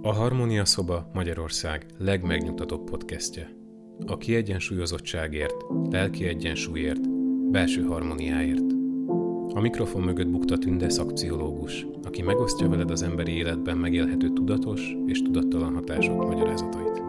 A Harmónia Szoba Magyarország legmegnyugtatóbb podcastje. A kiegyensúlyozottságért, lelki egyensúlyért, belső harmóniáért. A mikrofon mögött bukta Tünde szakpszichológus, aki megosztja veled az emberi életben megélhető tudatos és tudattalan hatások magyarázatait.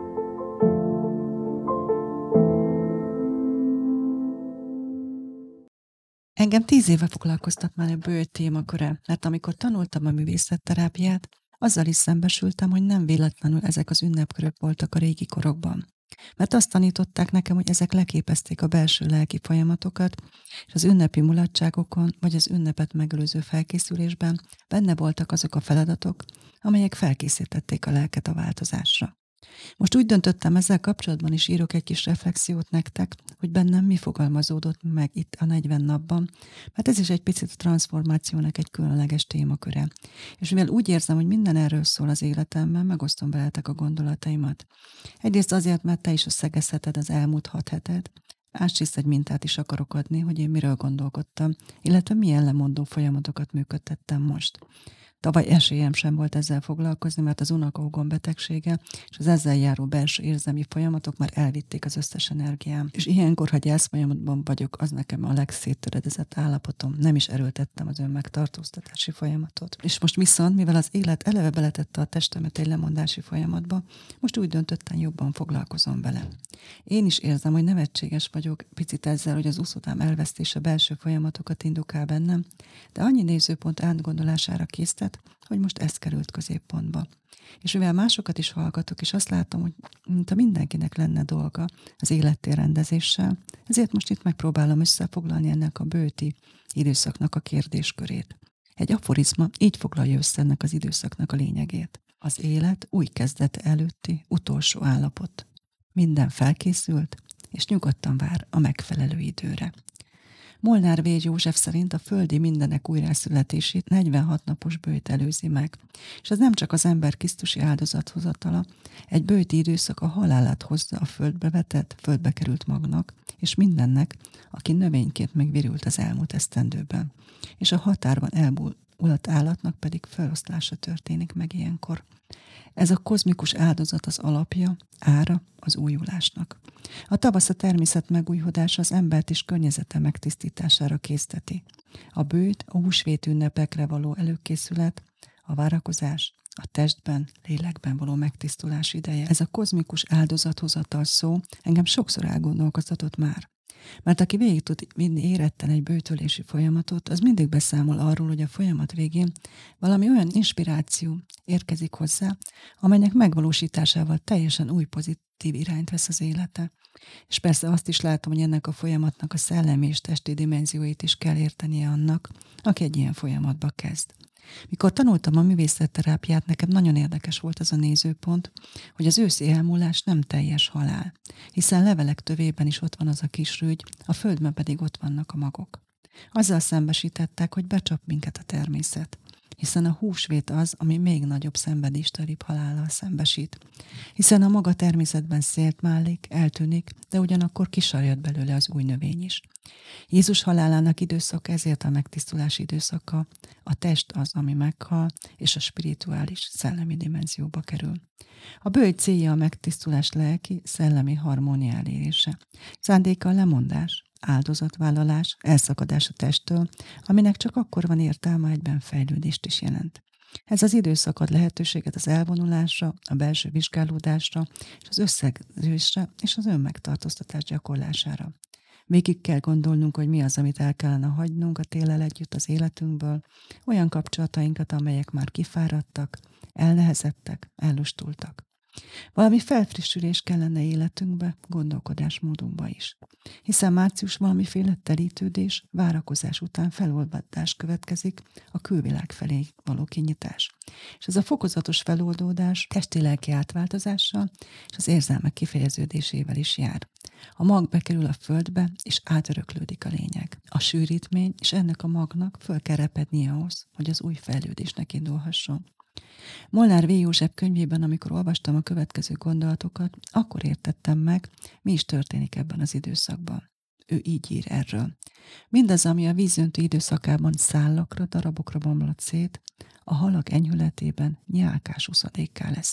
Engem 10 éve foglalkoztat már a bőjt témaköre, mert amikor tanultam a művészetterápiát, azzal is szembesültem, hogy nem véletlenül ezek az ünnepkörök voltak a régi korokban. Mert azt tanították nekem, hogy ezek leképezték a belső lelki folyamatokat, és az ünnepi mulatságokon, vagy az ünnepet megelőző felkészülésben benne voltak azok a feladatok, amelyek felkészítették a lelket a változásra. Most úgy döntöttem, ezzel kapcsolatban is írok egy kis reflexiót nektek, hogy bennem mi fogalmazódott meg itt a 40 napban, mert ez is egy picit a transformációnak egy különleges témaköre. És mivel úgy érzem, hogy minden erről szól az életemben, megosztom veletek a gondolataimat. Egyrészt azért, mert te is összegezheted az elmúlt 6 hetet, másrészt egy mintát is akarok adni, hogy én miről gondolkodtam, illetve milyen lemondó folyamatokat működtettem most. Tavaly esélyem sem volt ezzel foglalkozni, mert az unokahúgom betegsége és az ezzel járó belső érzelmi folyamatok már elvitték az összes energiám. És ilyenkor, ha gyász folyamatban vagyok, az nekem a legszéttöredezett állapotom. Nem is erőltettem az önmegtartóztatási folyamatot. És most viszont, mivel az élet eleve beletette a testemet egy lemondási folyamatba, most úgy döntöttem, jobban foglalkozom vele. Én is érzem, hogy nevetséges vagyok picit ezzel, hogy az uszodám elvesztése belső folyamatokat indukál bennem, de annyi nézőpont átgondolására késztet, hogy most ez került középpontba. És mivel másokat is hallgatok, és azt látom, hogy mintha mindenkinek lenne dolga az élettér rendezéssel, ezért most itt megpróbálom összefoglalni ennek a bőti időszaknak a kérdéskörét. Egy aforizma így foglalja össze ennek az időszaknak a lényegét. Az élet új kezdet előtti utolsó állapot. Minden felkészült, és nyugodtan vár a megfelelő időre. Molnár V. József szerint a földi mindenek újrászületését 46 napos bőjt előzi meg, és ez nem csak az ember krisztusi áldozathozatala, egy bőjti időszak a halálát hozza a földbe vetett, földbe került magnak, és mindennek, aki növényként megvirült az elmúlt esztendőben, és a határban elbújt állatnak pedig feloszlása történik meg ilyenkor. Ez a kozmikus áldozat az alapja, ára az újulásnak. A tavasz a természet megújhodása az embert és környezete megtisztítására készteti. A bőjt a húsvét ünnepekre való előkészület, a várakozás, a testben, lélekben való megtisztulás ideje. Ez a kozmikus áldozathozatal szó engem sokszor elgondolkoztatott már. Mert aki végig tud vinni éretten egy bőtölési folyamatot, az mindig beszámol arról, hogy a folyamat végén valami olyan inspiráció érkezik hozzá, amelynek megvalósításával teljesen új pozitív irányt vesz az élete. És persze azt is látom, hogy ennek a folyamatnak a szellemi és testi dimenzióit is kell értenie annak, aki egy ilyen folyamatba kezd. Mikor tanultam a művészetterápiát, nekem nagyon érdekes volt az a nézőpont, hogy az őszi elmúlás nem teljes halál, hiszen levelek tövében is ott van az a kis rügy, a földben pedig ott vannak a magok. Azzal szembesítettek, hogy becsap minket a természet, hiszen a húsvét az, ami még nagyobb szenvedéstelibb halállal szembesít, hiszen a maga természetben szélt málik, eltűnik, de ugyanakkor kisarjad belőle az új növény is. Jézus halálának időszaka ezért a megtisztulás időszaka, a test az, ami meghal, és a spirituális, szellemi dimenzióba kerül. A bőjt célja a megtisztulás lelki, szellemi harmónia elérése. Szándéka a lemondás, áldozatvállalás, elszakadás a testtől, aminek csak akkor van értelme, egyben fejlődést is jelent. Ez az időszak ad lehetőséget az elvonulásra, a belső vizsgálódásra, és az összegzésre és az önmegtartóztatás gyakorlására. Végig kell gondolnunk, hogy mi az, amit el kellene hagynunk a téllel együtt az életünkből, olyan kapcsolatainkat, amelyek már kifáradtak, elnehezettek, ellustultak. Valami felfrissülés kellene életünkbe, gondolkodásmódunkba is. Hiszen március valamiféle telítődés, várakozás után feloldás következik, a külvilág felé való kinyitás. És ez a fokozatos feloldódás testi-lelki átváltozással és az érzelmek kifejeződésével is jár. A mag bekerül a földbe, és átöröklődik a lényeg. A sűrítmény, és ennek a magnak föl kell repednie ahhoz, hogy az új fejlődésnek indulhasson. Molnár V. József könyvében, amikor olvastam a következő gondolatokat, akkor értettem meg, mi is történik ebben az időszakban. Ő így ír erről. Mindaz, ami a vízöntő időszakában szálakra, darabokra bomlott szét, a halak enyhületében nyálkás uszadékká lesz.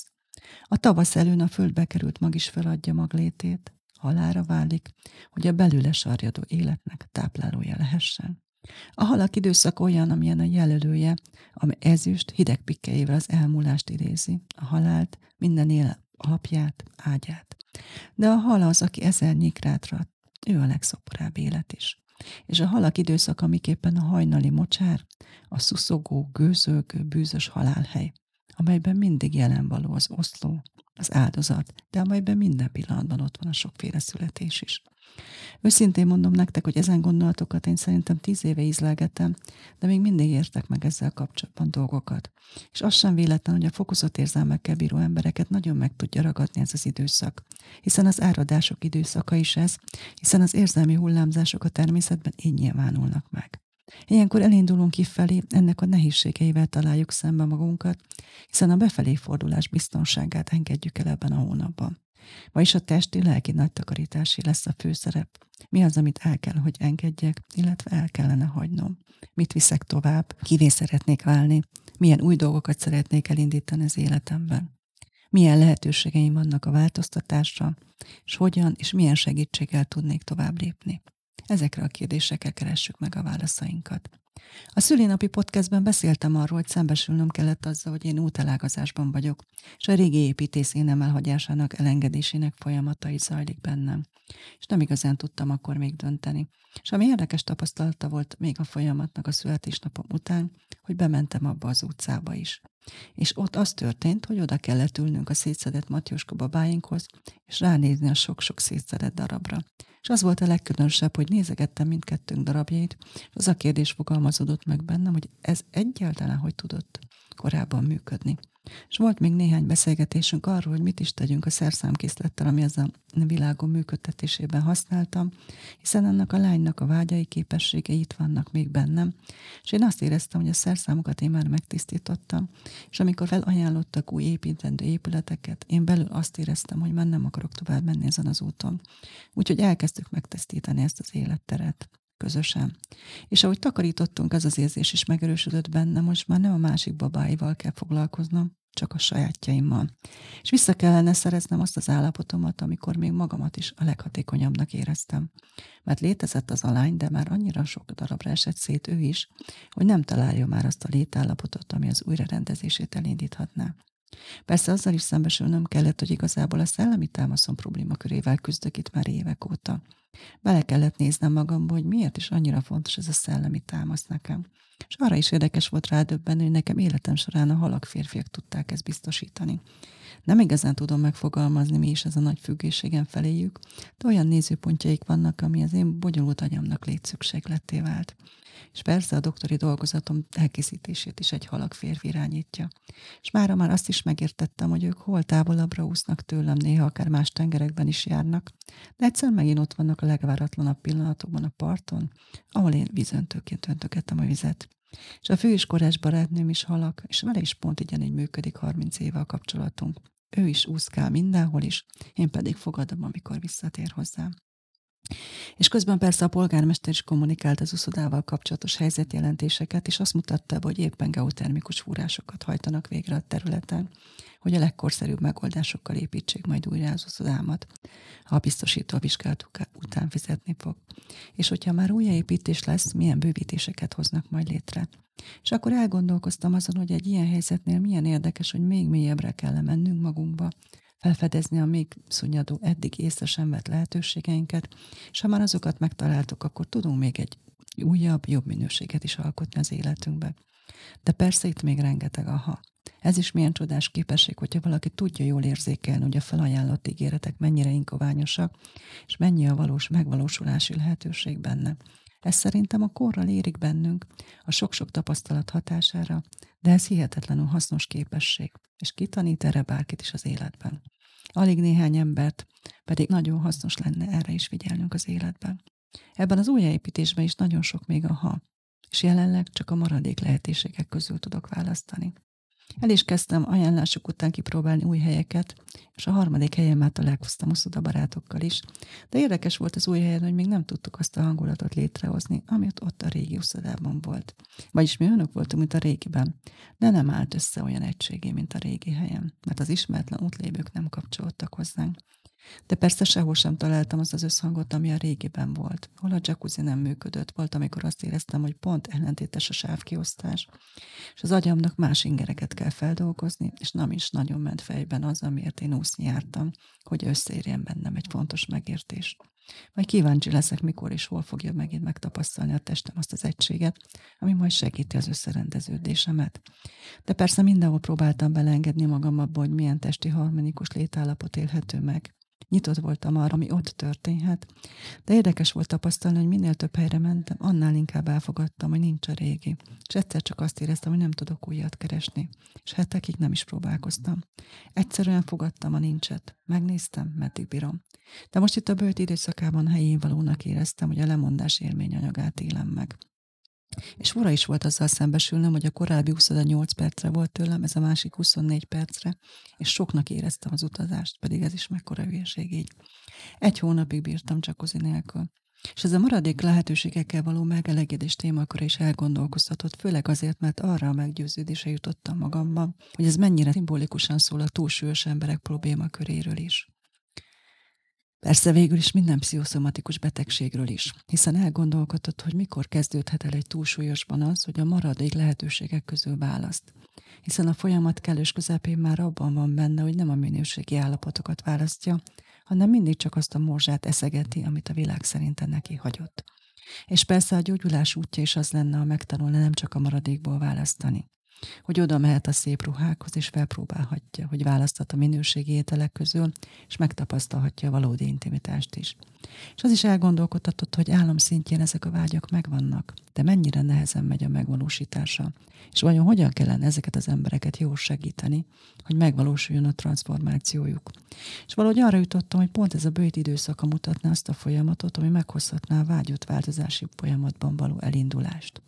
A tavasz előn a földbe került mag is feladja maglétét, halálra válik, hogy a belőle sarjadó életnek táplálója lehessen. A halak időszak olyan, amilyen a jelölője, amely ezüst hideg pikkelyével az elmúlást idézi, a halált, minden él alapját, ágyát. De a hal az, aki ezer nyikrátra, ő a legszoporább élet is. És a halak időszaka miképpen a hajnali mocsár, a szuszogó, gőzölgő, bűzös halálhely, amelyben mindig jelen való az oszló, az áldozat, de amelyben minden pillanatban ott van a sokféle születés is. Őszintén mondom nektek, hogy ezen gondolatokat én szerintem 10 éve ízlelgetem, de még mindig értek meg ezzel kapcsolatban dolgokat. És az sem véletlen, hogy a fokozott érzelmekkel bíró embereket nagyon meg tudja ragadni ez az időszak. Hiszen az áradások időszaka is ez, hiszen az érzelmi hullámzások a természetben így nyilvánulnak meg. Ilyenkor elindulunk kifelé, ennek a nehézségeivel találjuk szembe magunkat, hiszen a befelé fordulás biztonságát engedjük el ebben a hónapban. Vagyis a testi-lelki nagy takarítási lesz a főszerep. Mi az, amit el kell, hogy engedjek, illetve el kellene hagynom? Mit viszek tovább? Kivé szeretnék válni? Milyen új dolgokat szeretnék elindítani az életemben? Milyen lehetőségeim vannak a változtatásra? És hogyan és milyen segítséggel tudnék tovább lépni? Ezekre a kérdésekre keressük meg a válaszainkat. A szülinapi podcastben beszéltem arról, hogy szembesülnöm kellett azzal, hogy én útelágazásban vagyok, és a régi építész énem elhagyásának, elengedésének folyamatai zajlik bennem. És nem igazán tudtam akkor még dönteni. És ami érdekes tapasztalata volt még a folyamatnak a születésnapom után, hogy bementem abba az utcába is. És ott az történt, hogy oda kellett ülnünk a szétszedett Matjóska babáinkhoz, és ránézni a sok-sok szétszedett darabra. És az volt a legkülönösebb, hogy nézegettem mindkettőnk darabjait, és az a kérdés fogalmazódott meg bennem, hogy ez egyáltalán hogy tudott korábban működni. És volt még néhány beszélgetésünk arról, hogy mit is tegyünk a szerszámkészlettel, ami az a világon működtetésében használtam, hiszen annak a lánynak a vágyai, képességei itt vannak még bennem, és én azt éreztem, hogy a szerszámokat én már megtisztítottam, és amikor felajánlottak új építendő épületeket, én belül azt éreztem, hogy már nem akarok tovább menni ezen az úton. Úgyhogy elkezdtük megtisztítani ezt az életteret közösen. És ahogy takarítottunk, az az érzés is megerősödött bennem, most már nem a másik babáival kell foglalkoznom, csak a sajátjaimmal. És vissza kellene szereznem azt az állapotomat, amikor még magamat is a leghatékonyabbnak éreztem. Mert létezett az a lány, de már annyira sok darabra esett szét ő is, hogy nem találja már azt a létállapotot, ami az újrarendezését elindíthatná. Persze azzal is szembesülnöm kellett, hogy igazából a szellemi támaszom problémakörével küzdök itt már évek óta. Bele kellett néznem magamba, hogy miért is annyira fontos ez a szellemi támasz nekem. És arra is érdekes volt rádöbbenni, hogy nekem életem során a halak férfiak tudták ezt biztosítani. Nem igazán tudom megfogalmazni, mi is ez a nagy függőségem feléjük, de olyan nézőpontjaik vannak, ami az én bonyolult agyamnak létszükségletté vált. És persze a doktori dolgozatom elkészítését is egy halak férfi irányítja. És mára már azt is megértettem, hogy ők hol távolabbra úsznak tőlem, néha akár más tengerekben is járnak, de egyszer megint ott vannak a legváratlanabb pillanatokban a parton, ahol én vízöntőként öntögettem a vizet. És a főiskolás barátnőm is halak, és vele is pont így működik 30 éve a kapcsolatunk. Ő is úszkál mindenhol is, én pedig fogadom, amikor visszatér hozzám. És közben persze a polgármester is kommunikált az úszodával kapcsolatos helyzetjelentéseket, és azt mutatta be, hogy éppen geotermikus fúrásokat hajtanak végre a területen, hogy a legkorszerűbb megoldásokkal építsék majd újra az úszodámat, ha a biztosító vizsgálatuk után fizetni fog. És hogyha már újjáépítés lesz, milyen bővítéseket hoznak majd létre. És akkor elgondolkoztam azon, hogy egy ilyen helyzetnél milyen érdekes, hogy még mélyebbre kell mennünk magunkba, felfedezni a még szunnyadó, eddig észre sem vett lehetőségeinket, és ha már azokat megtaláltuk, akkor tudunk még egy újabb, jobb minőséget is alkotni az életünkbe. De persze itt még rengeteg aha. Ez is milyen csodás képesség, hogyha valaki tudja jól érzékelni, hogy a felajánlott ígéretek mennyire inkoványosak, és mennyi a valós megvalósulási lehetőség benne. Ez szerintem a korral érik bennünk, a sok-sok tapasztalat hatására, de ez hihetetlenül hasznos képesség, és kitanít erre bárkit is az életben. Alig néhány embert, pedig nagyon hasznos lenne erre is figyelnünk az életben. Ebben az újjáépítésben is nagyon sok még a ha, és jelenleg csak a maradék lehetőségek közül tudok választani. El is kezdtem ajánlások után kipróbálni új helyeket, és a harmadik helyen már találkoztam uszoda barátokkal is. De érdekes volt az új helyen, hogy még nem tudtuk azt a hangulatot létrehozni, amit ott a régi uszodában volt. Vagyis mi olyanok voltunk, mint a régiben, de nem állt össze olyan egységé, mint a régi helyen, mert az ismeretlen útlévők nem kapcsolódtak hozzánk. De persze sehol sem találtam azt az összhangot, ami a régiben volt. Hol a jacuzzi nem működött, volt, amikor azt éreztem, hogy pont ellentétes a sávkiosztás, és az agyamnak más ingereket kell feldolgozni, és nem is nagyon ment fejben az, amiért én úszni jártam, hogy összeérjen bennem egy fontos megértés. Majd kíváncsi leszek, mikor és hol fogja megint megtapasztalni a testem azt az egységet, ami majd segíti az összerendeződésemet. De persze mindenhol próbáltam beleengedni magam abba, hogy milyen testi harmonikus létállapot élhető meg. Nyitott voltam arra, ami ott történhet, de érdekes volt tapasztalni, hogy minél több helyre mentem, annál inkább elfogadtam, hogy nincs a régi. És egyszer csak azt éreztem, hogy nem tudok újat keresni. És hetekig nem is próbálkoztam. Egyszerűen fogadtam a nincset. Megnéztem, meddig bírom. De most itt a böjt időszakában helyén valónak éreztem, hogy a lemondás élményanyagát élem meg. És fura is volt azzal szembesülnöm, hogy a korábbi 28 percre volt tőlem, ez a másik 24 percre, és soknak éreztem az utazást, pedig ez is mekkora hülyeség így. 1 hónapig bírtam jacuzzi nélkül. És ez a maradék lehetőségekkel való megelégedés témakör is elgondolkoztatott, főleg azért, mert arra a meggyőződésre jutottam magamban, hogy ez mennyire szimbolikusan szól a túlsúlyos emberek problémaköréről is. Persze végül is minden pszichoszomatikus betegségről is, hiszen elgondolkodott, hogy mikor kezdődhet el egy túlsúlyosban az, hogy a maradék lehetőségek közül választ. Hiszen a folyamat kellős közepén már abban van benne, hogy nem a minőségi állapotokat választja, hanem mindig csak azt a morzsát eszegeti, amit a világ szerint neki hagyott. És persze a gyógyulás útja is az lenne, ha megtanulna nem csak a maradékból választani. Hogy oda mehet a szép ruhákhoz, és felpróbálhatja, hogy választhat a minőségi ételek közül, és megtapasztalhatja a valódi intimitást is. És az is elgondolkodtatott, hogy álomszintjén ezek a vágyak megvannak, de mennyire nehezen megy a megvalósítása, és vajon hogyan kellene ezeket az embereket jól segíteni, hogy megvalósuljon a transformációjuk. És valahogy arra jutottam, hogy pont ez a böjt időszaka mutatná azt a folyamatot, ami meghozhatná a vágyott változási folyamatban való elindulást.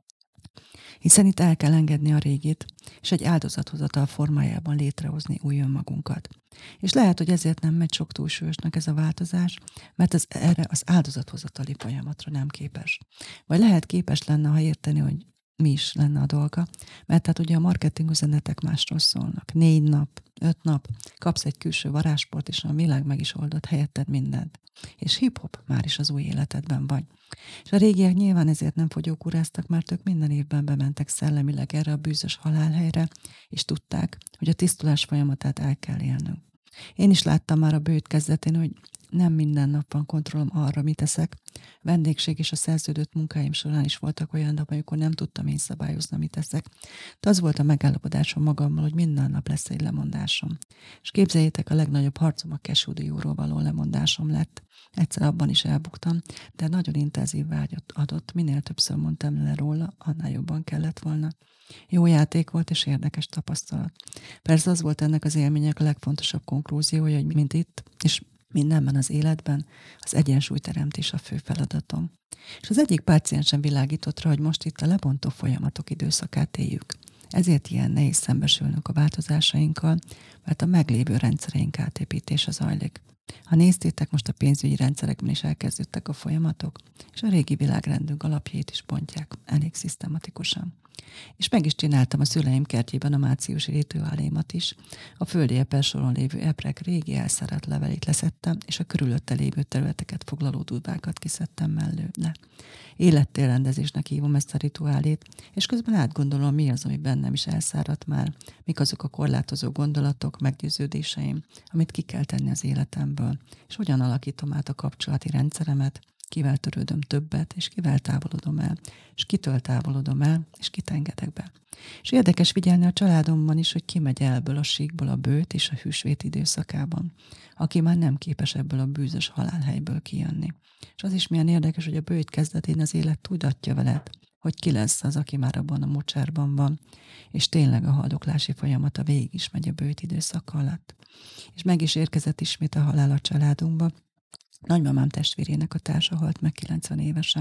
Hiszen itt el kell engedni a régit, és egy áldozathozatal formájában létrehozni új önmagunkat. És lehet, hogy ezért nem megy sok túlsúlyosnak ez a változás, mert erre az áldozathozatali folyamatra nem képes. Vagy lehet képes lenne, ha érteni, hogy mi is lenne a dolga, mert hát ugye a marketing üzenetek másról szólnak. 4 nap, 5 nap, kapsz egy külső varázsport, és a világ meg is oldott helyetted mindent. És hip-hop már is az új életedben vagy. És a régiek nyilván ezért nem fogyókúráztak, mert ők minden évben bementek szellemileg erre a bűzös halálhelyre, és tudták, hogy a tisztulás folyamatát el kell élnünk. Én is láttam már a böjt kezdetén, hogy nem minden nap van kontrollom arra, mit eszek. Vendégség és a szerződött munkáim során is voltak olyan nap, amikor nem tudtam én szabályozni, mit eszek. De az volt a megállapodásom magammal, hogy minden nap lesz egy lemondásom. És képzeljétek, a legnagyobb harcom a kesúdióról való lemondásom lett. Egyszer abban is elbuktam, de nagyon intenzív vágyat adott, minél többször mondtam le róla, annál jobban kellett volna. Jó játék volt és érdekes tapasztalat. Persze az volt ennek az élmények a legfontosabb konklúziója, hogy mint itt, és mindenben az életben az egyensúlyteremtés a fő feladatom. És az egyik páciensen világított rá, hogy most itt a lebontó folyamatok időszakát éljük. Ezért ilyen nehéz szembesülnünk a változásainkkal, mert a meglévő rendszereink átépítése zajlik. Ha néztétek, most a pénzügyi rendszerekben is elkezdődtek a folyamatok, és a régi világrendünk alapjait is bontják elég szisztematikusan. És meg is csináltam a szüleim kertjében a márciusi rituálémat is. A földi epersoron lévő eprek régi elszáradt levelét leszettem, és a körülötte lévő területeket foglaló dudvákat kiszedtem mellőle. Élettérrendezésnek hívom ezt a rituálét, és közben átgondolom, mi az, ami bennem is elszáradt már, mik azok a korlátozó gondolatok, meggyőződéseim, amit ki kell tenni az életemből, és hogyan alakítom át a kapcsolati rendszeremet, kivel törődöm többet, és kivel távolodom el, és kitől távolodom el, és kit engedek be. És érdekes figyelni a családomban is, hogy ki megy el ebből a síkból a bőt és a hűsvét időszakában, aki már nem képes ebből a bűzös halálhelyből kijönni. És az is milyen érdekes, hogy a bőjt kezdetén az élet tudatja veled, hogy ki lesz az, aki már abban a mocsárban van, és tényleg a haldoklási folyamata végig is megy a bőjt időszaka alatt. És meg is érkezett ismét a halál a családunkba. Nagymamám testvérének a társa halt meg 90 évesen.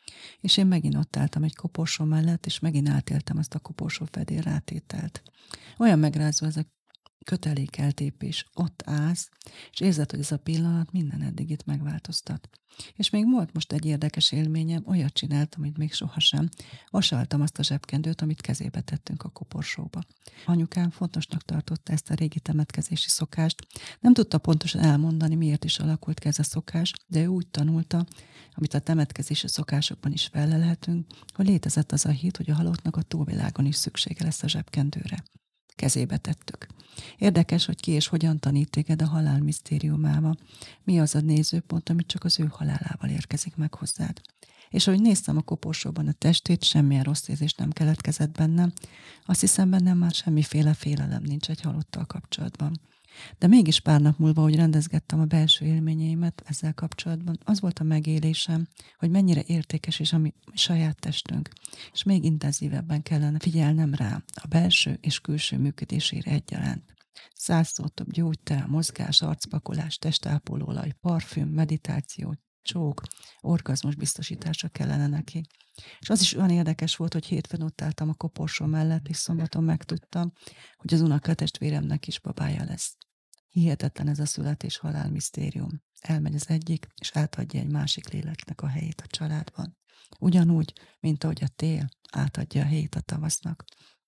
És én megint ott álltam egy koporsó mellett, és megint átéltem azt a koporsó fedél rátételt. Olyan megrázó ez a kötelékeltépés. Ott állsz, és érzed, hogy ez a pillanat minden eddigit megváltoztat. És még volt most egy érdekes élményem, olyat csináltam, amit még sohasem. Vasaltam azt a zsebkendőt, amit kezébe tettünk a koporsóba. Anyukám fontosnak tartotta ezt a régi temetkezési szokást. Nem tudta pontosan elmondani, miért is alakult ki ez a szokás, de ő úgy tanulta, amit a temetkezési szokásokban is fellelhetünk, hogy létezett az a hit, hogy a halottnak a túlvilágon is szüksége lesz a zsebkendőre. Kezébe tettük. Érdekes, hogy ki és hogyan tanít téged a halál misztériumába. Mi az a nézőpont, amit csak az ő halálával érkezik meg hozzád. És ahogy néztem a koporsóban a testét, semmilyen rossz érzés nem keletkezett bennem. Azt hiszem, bennem már semmiféle félelem nincs egy halottal kapcsolatban. De mégis pár nap múlva, hogy rendezgettem a belső élményeimet ezzel kapcsolatban, az volt a megélésem, hogy mennyire értékes is a mi saját testünk, és még intenzívebben kellene figyelnem rá a belső és külső működésére egyaránt. 100-szor több gyógytál, mozgás, arcpakolás, testápolóolaj, parfüm, meditáció, csók, orgazmus biztosítása kellene neki. És az is olyan érdekes volt, hogy hétfőn ott álltam a koporsó mellett, és szombaton megtudtam, hogy az unokatestvéremnek is babája lesz. Hihetetlen ez a születés-halál misztérium. Elmegy az egyik, és átadja egy másik léleknek a helyét a családban. Ugyanúgy, mint ahogy a tél átadja a helyét a tavasznak.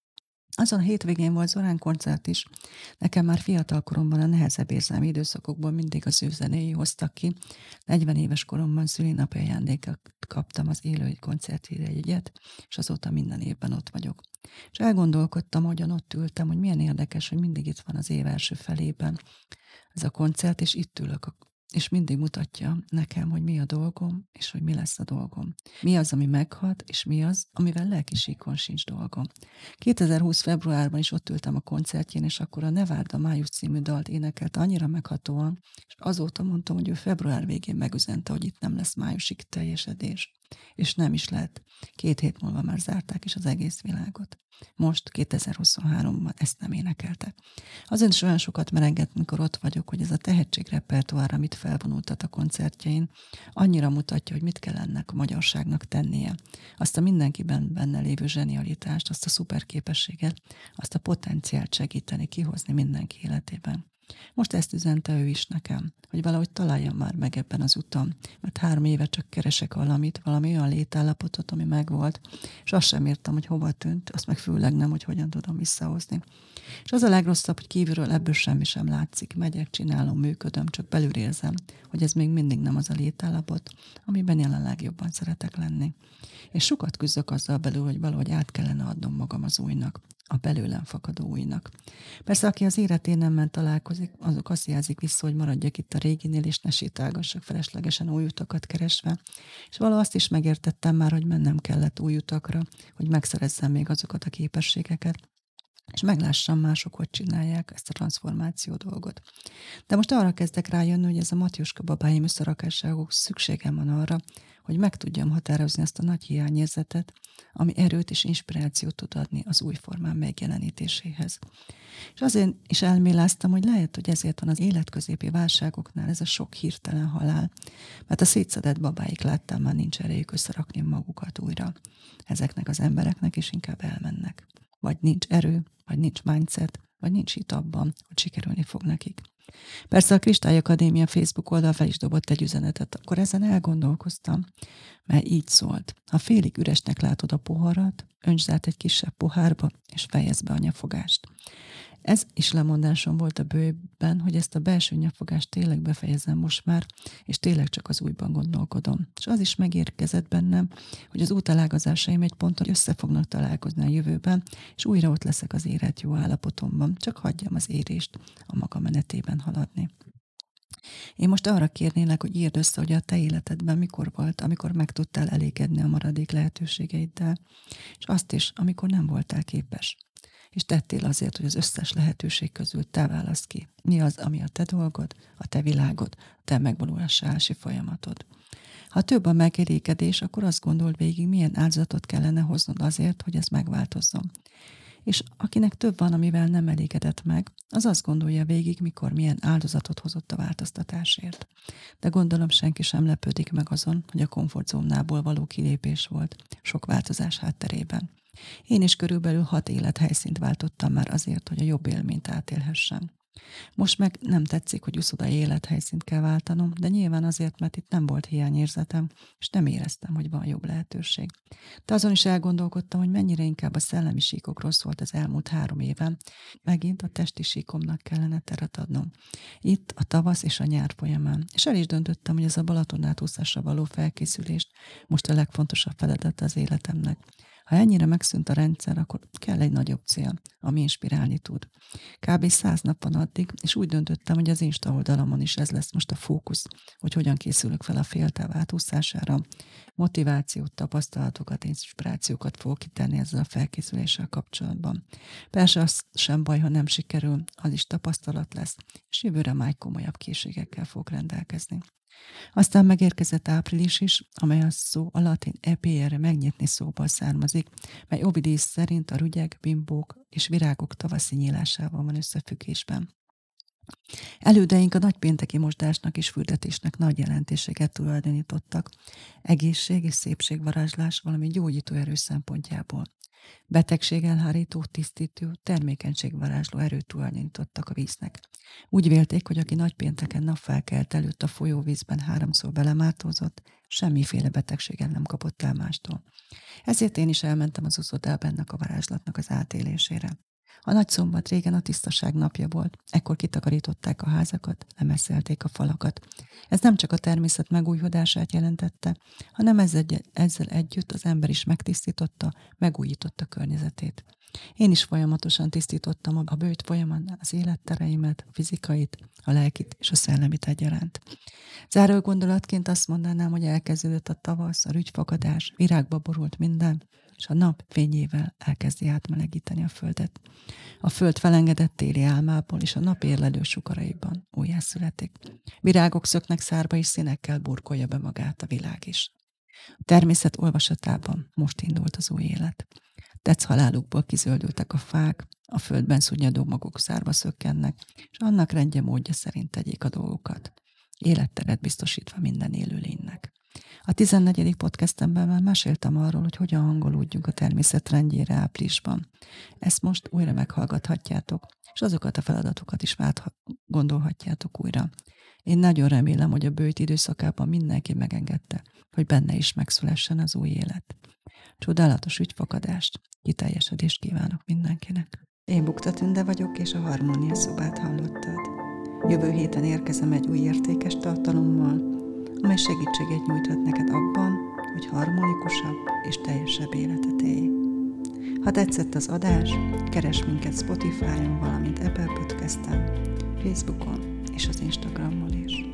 Azon a hétvégén volt Zorán koncert is. Nekem már fiatal koromban a nehezebb érzelmi időszakokban mindig az ő zenéi hoztak ki. 40 éves koromban szülinapi ajándékot kaptam az élő koncertjére jegyet, és azóta minden évben ott vagyok. És elgondolkodtam, hogyan ott ültem, hogy milyen érdekes, hogy mindig itt van az év első felében ez a koncert, és itt ülök, és mindig mutatja nekem, hogy mi a dolgom, és hogy mi lesz a dolgom. Mi az, ami meghat, és mi az, amivel lelki síkon sincs dolgom. 2020. februárban is ott ültem a koncertjén, és akkor a Nevárda Május című dalt énekelt annyira meghatóan, és azóta mondtam, hogy ő február végén megüzente, hogy itt nem lesz májusig teljesedés. És nem is lett. 2 hét múlva már zárták is az egész világot. Most, 2023-ban ezt nem énekelte. Azért is olyan sokat merengett, mikor ott vagyok, hogy ez a tehetségrepertoár, amit felvonultat a koncertjein, annyira mutatja, hogy mit kell ennek a magyarságnak tennie. Azt a mindenkiben benne lévő zsenialitást, azt a szuperképességet, azt a potenciált segíteni, kihozni mindenki életében. Most ezt üzente ő is nekem, hogy valahogy találjam már meg ebben az utam, mert 3 éve csak keresek valamit, valami olyan létállapotot, ami megvolt, és azt sem értem, hogy hova tűnt, azt meg főleg nem, hogy hogyan tudom visszahozni. És az a legrosszabb, hogy kívülről ebből semmi sem látszik. Megyek, csinálom, működöm, csak belül érzem, hogy ez még mindig nem az a létállapot, amiben jelenleg jobban szeretek lenni. És sokat küzdök azzal belül, hogy valahogy át kellene adnom magam az újnak, a belőlem fakadó újnak. Persze, aki az életénemmel találkozik, azok azt jelzik vissza, hogy maradjak itt a réginél, és ne sétálgassak feleslegesen új utakat keresve. És valahogy azt is megértettem már, hogy mennem kellett új utakra, hogy megszerezzem még azokat a képességeket, és meglássam mások, hogy csinálják ezt a transformáció dolgot. De most arra kezdek rájönni, hogy ez a Matyoska babáim összerakásához szükségem van arra, hogy meg tudjam határozni ezt a nagy hiányérzetet, ami erőt és inspirációt tud adni az új formán megjelenítéséhez. És azért is elméláztam, hogy lehet, hogy ezért van az életközépi válságoknál ez a sok hirtelen halál, mert a szétszedett babáik láttam, már nincs erejük összerakni magukat újra. Ezeknek az embereknek is inkább elmennek. Vagy nincs erő, vagy nincs mindset, vagy nincs hit abban, hogy sikerülni fog nekik. Persze a Kristály Akadémia Facebook oldal fel is dobott egy üzenetet, akkor ezen elgondolkoztam, mert így szólt. Ha félig üresnek látod a poharat, öntsd át egy kisebb pohárba, és fejezd be a nyafogást. Ez is lemondásom volt a bőben, hogy ezt a belső nyafogást tényleg befejezem most már, és tényleg csak az újban gondolkodom. És az is megérkezett bennem, hogy az útelágazásaim egy ponton össze fognak találkozni a jövőben, és újra ott leszek az érett jó állapotomban, csak hagyjam az érést a maga menetében haladni. Én most arra kérnélek, hogy írd össze, hogy a te életedben mikor volt, amikor meg tudtál elégedni a maradék lehetőségeiddel, és azt is, amikor nem voltál képes. És tettél azért, hogy az összes lehetőség közül te válaszd ki. Mi az, ami a te dolgod, a te világod, a te megvalósulási folyamatod. Ha több a megelégedés, akkor azt gondold végig, milyen áldozatot kellene hoznod azért, hogy ez megváltozzon. És akinek több van, amivel nem elégedett meg, az azt gondolja végig, mikor milyen áldozatot hozott a változtatásért. De gondolom senki sem lepődik meg azon, hogy a komfortzónából való kilépés volt sok változás hátterében. Én is körülbelül 6 élethelyszínt váltottam már azért, hogy a jobb élményt átélhessem. Most meg nem tetszik, hogy uszodai élethelyszínt kell váltanom, de nyilván azért, mert itt nem volt hiányérzetem, és nem éreztem, hogy van jobb lehetőség. De azon is elgondolkodtam, hogy mennyire inkább a szellemi síkokról szólt az elmúlt 3 éven. Megint a testi síkomnak kellene teret adnom. Itt a tavasz és a nyár folyamán. És el is döntöttem, hogy ez a Balaton átúszásra való felkészülést most a legfontosabb feladata az életemnek. Ha ennyire megszűnt a rendszer, akkor kell egy nagyobb cél, ami inspirálni tud. Kb. 100 nap van addig, és úgy döntöttem, hogy az Insta oldalamon is ez lesz most a fókusz, hogy hogyan készülök fel a féltáv átúszására. Motivációt, tapasztalatokat, inspirációkat fogok kitenni ezzel a felkészüléssel kapcsolatban. Persze az sem baj, ha nem sikerül, az is tapasztalat lesz, és jövőre már komolyabb készségekkel fog rendelkezni. Aztán megérkezett április is, amely a szó a latin epere megnyitni szóból származik, mely Ovidius szerint a rügyek, bimbók és virágok tavaszi nyílásával van összefüggésben. Elődeink a nagypénteki mosdásnak és fürdetésnek nagy jelentőséget tulajdonítottak, egészség és szépségvarázslás, valamint gyógyító erő szempontjából. Betegségelhárító, tisztító, termékenységvarázsló erőt tulajdonítottak a víznek. Úgy vélték, hogy aki nagypénteken napfelkelt előtt a folyóvízben 3-szor belemártózott, semmiféle betegséget nem kapott el mástól. Ezért én is elmentem az uszodába ennek a varázslatnak az átélésére. A nagyszombat régen a tisztaság napja volt, ekkor kitakarították a házakat, lemesszelték a falakat. Ez nem csak a természet megújhodását jelentette, hanem ezzel együtt az ember is megtisztította, megújította környezetét. Én is folyamatosan tisztítottam a bőjt folyamán az élettereimet, a fizikait, a lelkit és a szellemit egyaránt. Záró gondolatként azt mondanám, hogy elkezdődött a tavasz, a rügyfakadás, virágba borult minden, és a nap fényével elkezdi átmelegíteni a földet. A föld felengedett téli álmából, és a nap érlelő sugaraiban újjászületik. Virágok szöknek szárba, és színekkel burkolja be magát a világ is. A természet olvasatában most indult az új élet. Tetsz halálukból kizöldültek a fák, a földben szunnyadó magok szárba szökkennek, és annak rendje módja szerint tegyék a dolgokat, életteret biztosítva minden élőlénynek. A 14. podcastemben már meséltem arról, hogy hogyan hangolódjunk a természet rendjére áprilisban. Ezt most újra meghallgathatjátok, és azokat a feladatokat is gondolhatjátok újra. Én nagyon remélem, hogy a bőjt időszakában mindenki megengedte, hogy benne is megszülessen az új élet. Csodálatos ügyfakadást, kiteljesedést kívánok mindenkinek. Én Bukta Tünde vagyok, és a Harmónia Szobát hallottad. Jövő héten érkezem egy új értékes tartalommal, amely segítséget nyújthat neked abban, hogy harmonikusabb és teljesebb életet élj. Ha tetszett az adás, keresd minket Spotify-on, valamint Apple Podcast-en, Facebookon és az Instagramon is.